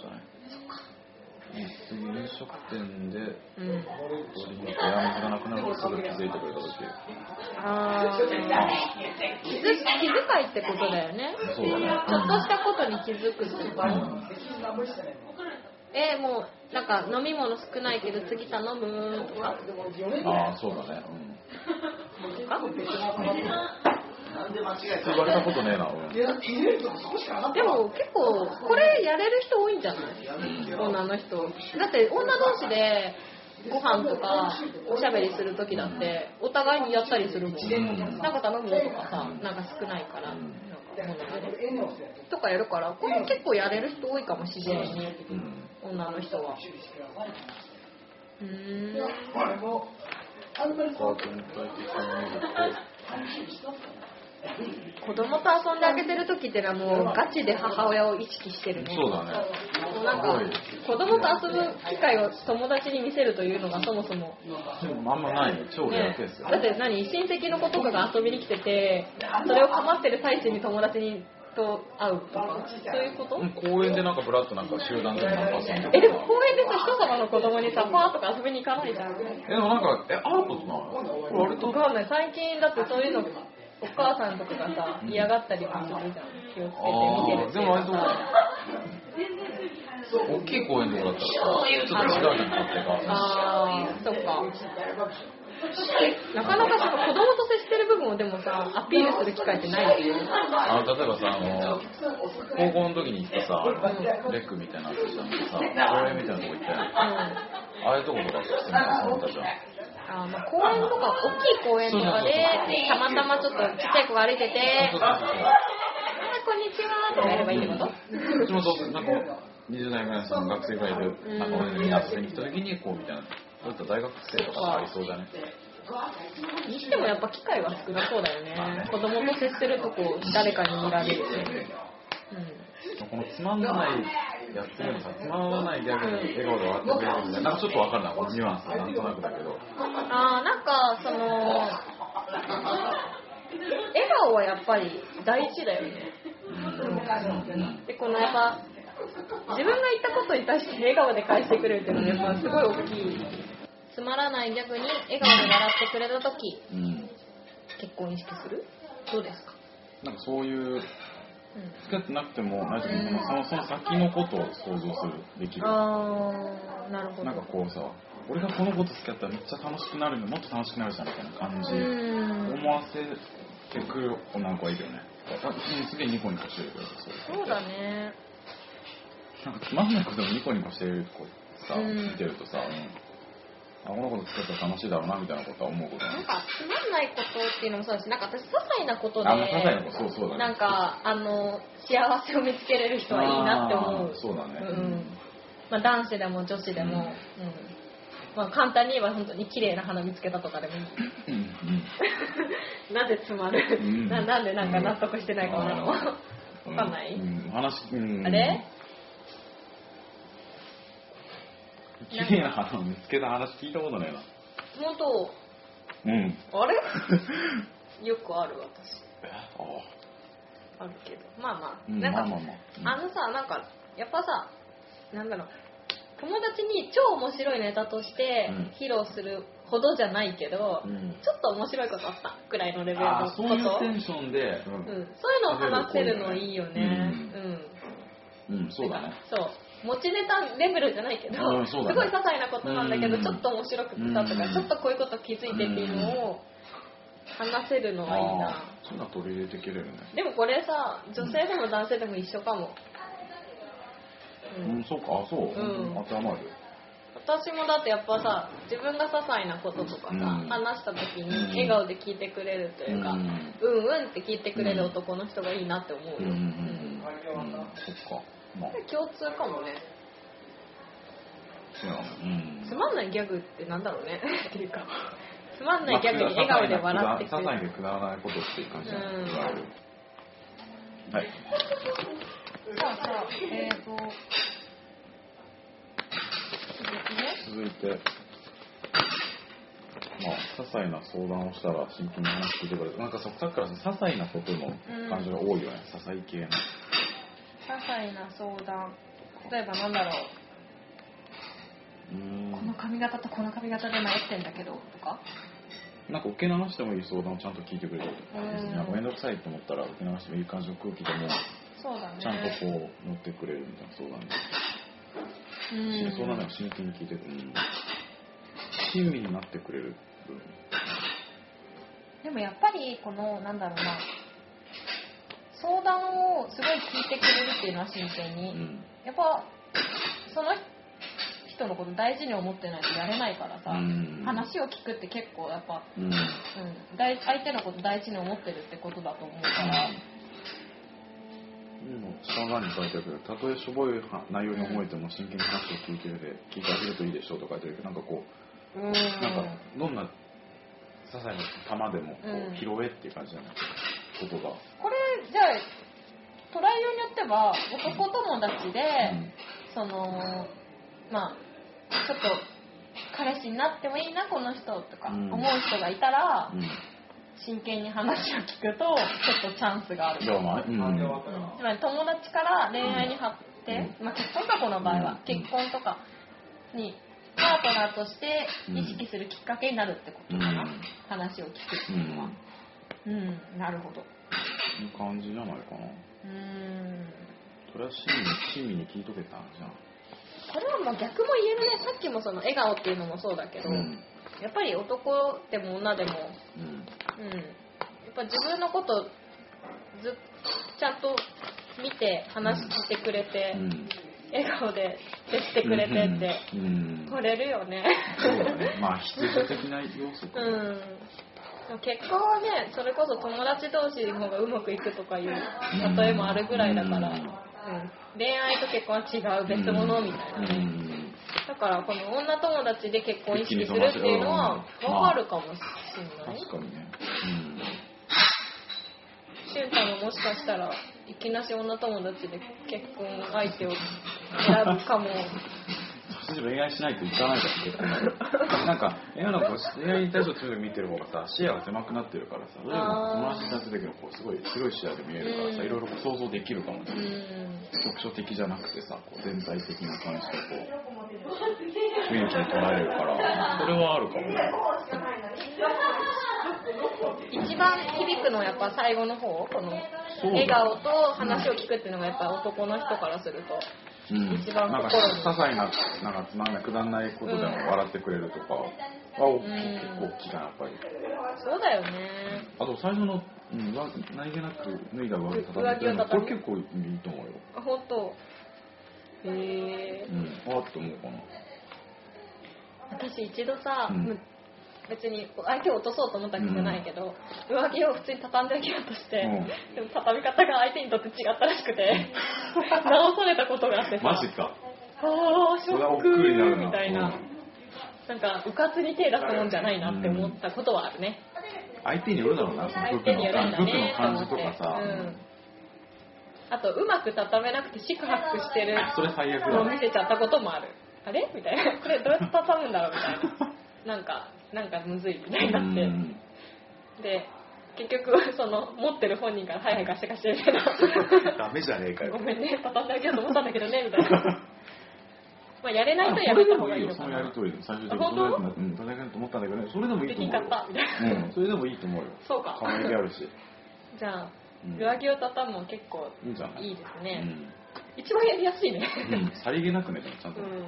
次飲食店で鶏肉や水がなくなるとすぐ気づいてくれた時あ気づ気遣いってことだよね。 そうだね。 ちょっとしたことに気づくっていうか、うん、えー、もうなんか飲み物少ないけど次頼むとかああそうだね、うん、とか言われたことねえな。 でも結構これやれる人多いんじゃない？女の人。だって女同士でご飯とかおしゃべりするときだってお互いにやったりするもん。なんか頼むとかさ、なんか少ないからなんか物でとかやるから、これ結構やれる人多いかもしれないね。女の人は。うーん。子供と遊んであげてる時ってのはもうガチで母親を意識してるね。 そうだね。 もうなんか子供と遊ぶ機会を友達に見せるというのがそもそも。 でもあんまないよ。超レアケースよ。 だって何親戚の子とかが遊びに来てて、それを構ってる最中に友達にと会うとかそういうこと？ 公園でなんかブラッとなんか集団でなんか遊んで。えでも公園でさ人様の子供にさパーとか遊びに行かないじゃん。 えでもなんかえ会うことない？割と。 わかんない。最近だってそういうの。お母さんとかがさ、嫌がったりもするじゃん。気をつけて見てるって。 でも割と大きい公園とかだったらさ、ちょっと違うじゃん、勝手が。 あー、そっか。なかなかその子供と接してる部分をでもさ、アピールする機会ってないよね。 あの例えばさ、あの高校の時に行ったさ、レックみたいなやつじゃんさ、公園みたいなとこ行ったよ、うん、ああいうとことか普通に遊んだじゃん。 あまあ、公園とか大きい公園とかでたまたまちょっとちっちゃい子が歩いてて「あこんにちは」とかやればいいってこと？ うちもそうなんかにじゅう代ぐらいのその学生がいるなんか俺に遊びに来た時にこうみたいなそういった大学生とかありそうじゃね。 にしてもやっぱ機会は少なそうだよね。子供と接するとこ誰かに見られる。 うん、このつまんないやってるのさ、つまらないギャグに笑顔で笑ってくれるみたいな、なんかちょっとわかるな、このニュアンスがなんとなくだけど。 あー、なんかその笑顔はやっぱり大事だよね。うん、でこのやっぱ自分が言ったことに対して笑顔で返してくれるっていうのはやっぱすごい大きい。つまらないギャグに笑顔で笑ってくれたとき、うん、結婚意識する？どうですか？ なんかそういう付き合ってなくても、なんていうの、そのその先のことを想像するできる。 ああ、なるほど。 なんかこうさ、俺がこの子と付き合ったらめっちゃ楽しくなるの、もっと楽しくなるじゃんみたいな感じ思わせてくる女の子はいるよね。すげえニコニコしてるけど、 そう。そうだね。 なんかつまんないことでもニコニコしてる子さ、見てるとさ、あ、この子と付き合ったら楽しいだろうなみたいなことは思うことなんかつまんないことっていうのもそうだし、なんか私些細なことで、 あ、些細なこと、そうそうだね。 なんかあの幸せを見つけれる人はいいなって思う。 そうだね。 うん。まあ男子でも女子でも、うん。うん、まあ簡単に言えば本当に綺麗な花見つけたとかでもいい。うんうん、なぜつまる、うん、な? なんでなんか納得してないかなの。わかんない？ うん、話、うん、 あれ？ 綺麗な花を見つけた話聞いたことないな。 本当？ うん。 あれ？よくある私。 ああるけど、まあまあ、 うん、 なんか、 まあまあまあ、うん、 あのさ、なんかやっぱさ、なんだろう、友達に超面白いネタとして披露するほどじゃないけど、うん、ちょっと面白いことあったくらいのレベルのこと。 そういうテンションで、 うんうん、そういうのを話せるのいいよね。 うん、うんうん、そうだね。 そう。持ちネタレベルじゃないけど、うん、そうだね、すごい些細なことなんだけど、うん、ちょっと面白くてさとか、うん、ちょっとこういうこと気づいてっていうのを話せるのはいいな。 そんな取り入れてきれるね。 でもこれさ、女性でも男性でも一緒かも。 うん、うん、そうか、あ、そう、うん、当てはまる。 私もだってやっぱさ、自分が些細なこととかさ、うん、話した時に笑顔で聞いてくれるというか、うん、うんうんって聞いてくれる男の人がいいなって思うよ。うん、うんうん、 そっか。まあ、 共通かもね。 うん、 つまんないギャグってなんだろうねっていうか、つまんないギャグに笑顔で笑ってくれる。 些細でくだらないことっていう感じなんです、うん、はい。 さあさあ、えーと続いて、まあ、些細な相談をしたら真剣に話聞いてくれる。なんかさっきからさ、些細なことの感じが多いよね、うん、些細系の。 些細な相談。例えばなんだろう。うーん、この髪型とこの髪型で迷ってんだけどとか。 なんか受け流してもいい相談をちゃんと聞いてくれるとか、うん、なんかめんどくさいと思ったら受け流してもいい感じの空気でも、 そうだね、 ちゃんとこう乗ってくれるみたいな相談で。うん、相談なんか真剣に聞いてくれる。親身になってくれる。 でもやっぱりこのなんだろうな、相談をすごい聞いてくれるっていうのは真剣に、うん、やっぱその人のこと大事に思ってないとやれないからさ、うん、話を聞くって結構やっぱ、うんうん、相手のこと大事に思ってるってことだと思うから、 うん、下側に書いてあるけど、たとえしょぼい内容に思えても真剣に話を聞いてるで聞いてあげるといいでしょうとか書いてあるけど、なんかこう、うん、なんかどんな些細な玉でもこう拾えっていう感じじゃないことが。 これじゃあ捉えようによっては男友達で、うん、そのまあちょっと彼氏になってもいいなこの人とか思う人がいたら、うんうん、真剣に話を聞くとちょっとチャンスがある。 どうも、うん、 つまり友達から恋愛に発展、うん、まあ、結婚かこの場合は、うん、結婚とかにパートナーとして意識するきっかけになるってことかな、うん、話を聞くっていうのは。うん、うん、なるほど。 いい感じじゃないかな。うーん。それは親身に聞いとけたんじゃん。 これはまあ逆も言えるね。さっきもその笑顔っていうのもそうだけど、うん、やっぱり男でも女でも、うんうん、やっぱ自分のことずちゃんと見て話してくれて、うん、笑顔で接してくれてって、うん、取れるよね。 そうだね。まあ必需的な要素かな。うん結婚はね、それこそ友達同士の方がうまくいくとかいう例えもあるぐらいだから、うん、恋愛と結婚は違う別物みたいなね。 だからこの女友達で結婚意識するっていうのは分かるかもしれない。 確かにね。 しゅんたももしかしたらいきなし女友達で結婚相手を選ぶかも。 私恋愛しないといかないからなんか今のこう恋愛に対して強く見てる方がさ視野が狭くなってるからさ、それでも友達に立ててこうすごい広い視野で見えるからさ、いろいろ想像できるかもね。局所的じゃなくてさ、こう全体的な感じでこう雰囲気に捉えれるからそれはあるかもね。 一番響くのはやっぱ最後の方、この笑顔と話を聞くっていうのがやっぱ男の人からすると。うん、 一番心になんか些細な、なんかつまんないくだらないことでも笑ってくれるとかは大きい、結構大きいかなやっぱり。 そうだよね。 あと最初の、うん、何気なく脱いだ上着を畳む、これ結構いいと思うよ。 あ、本当。へえ。 うん、あって思うかな。 私一度さ、うん、別に相手を落とそうと思ったわけじゃないけど、うん、上着を普通に畳んであげようとして、うん、でも畳み方が相手にとって違ったらしくて直されたことがあってさ、 マジか。 あーショックーみたいな、うん、なんかうかつに手出すもんじゃないなって思ったことはあるね。 相手によるだろうな、その服の感じとかさ、うん、 あとうまく畳めなくてシクハクしてるのを見せちゃったこともある。あれみたいな、これどうやって畳むんだろうみたいななんかなんかむずいみたいになって、うん、で結局その持ってる本人からはいはい貸して貸してみたいなダメじゃねえかよ、 ごめんね畳んであげようと思ったんだけどねみたいなまあやれないとやめた方がいいのかな。 そのやりとり最終的に届けると思ったんだけどね、それでもいいと思うよ。できんかったみたいな、うん、それでもいいと思うよ。 そうか、 可愛げあるしじゃあ、うん、上着を畳むも結構いいですね、うん、一番やりやすいね、 うん、さりげなくねちゃんと、 うん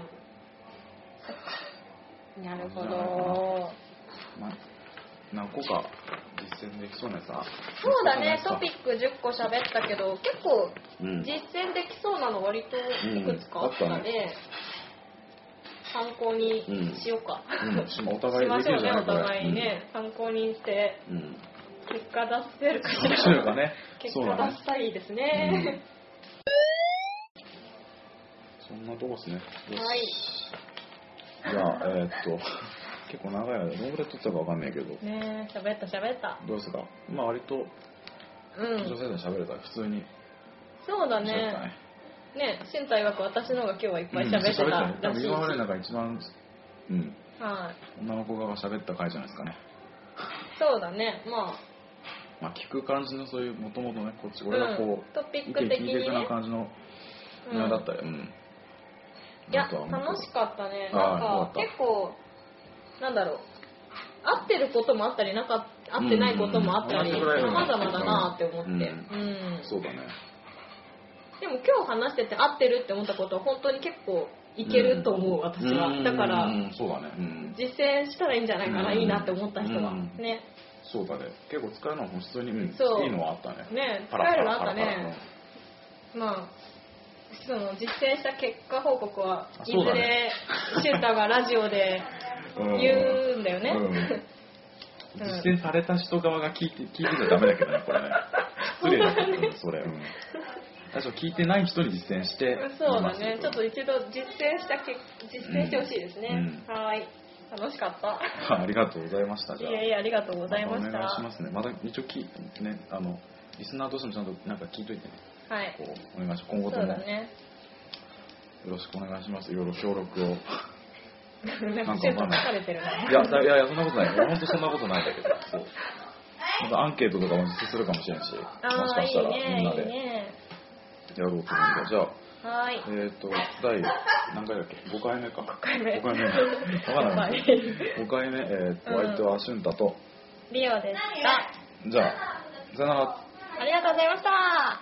なるほど。 まあ、何個か実践できそうなさ。 そうだね、トピックじゅっこ喋ったけど、結構実践できそうなの割といくつかあったので、うんうん、参考にしようか。 うんうん、お互いしましょうね、お互いね、うん、参考にして、うん、結果出せるかしら。 そうかね、 結果出したいですね。 そんなとこですね。 はい。 じゃあ、えー、っと、結構長い間、どのぐらい撮ったかわかんないけど。 ねえ、喋った喋った。 どうですか？まあ割と、うん。女性で喋れたら普通に。 そうだね。ねえ、しんた曰く私の方が今日はいっぱい喋ってたらしいし、うん、 今までなんか一番、うん。 はい。 女の子が喋った回じゃないですかね。 そうだね、まあ。 まあ聞く感じのそういう、もともとね、こっち、俺がこう、うん、 トピック的にね。 聞いてな感じの、うん、だったよ。うん。 いや、楽しかったね。なんか結構なんだろう、合ってることもあったりなか合ってないこともあったり、様々だなって思って、うんうん、 そうだね。 でも今日話してて合ってるって思ったことは本当に結構いけると思う、私は。だからそうだね、うん、 実践したらいいんじゃないかな、いいなって思った人はね。 そうだね、結構使うのは普通に、うん、いいのはあったね。 ね、使えるのあったね。まあその実践した結果報告はいずれシュータがラジオで言うんだよね。うんうん、 実践された人側が聞いて聞いてちゃダメだけどね、これね。失礼だけど、それ。うん、確か聞いてない人に実践して。 そうだね。ちょっと一度実践したけ実践してほしいですね。うん、はい。楽しかった。 ありがとうございました。じゃあ。 いやいや、ありがとうございました。 またお願いしますね。また一応きね、あのリスナーとしてもちゃんとなんか聞いといてね。 はい、 こうお願いします。今後とも、ね、よろしくお願いします。いろいろ協力を。 なんかわかんない。いやいやいやそんなことない。本当そんなことないんだけど。そう。またアンケートとかも実施するかもしれんし、もしかしたらみんなでやろうと思うんで、じゃあ、 はい、 えっ、ー、と第何回だっけ？ごかいめか。 ごかいめ。 ごかいめ。わかんない。ごかいめ、えっ、ー、と、うん、相手はシュンタとリオでした。 じゃあ、さよなら。 ありがとうございました。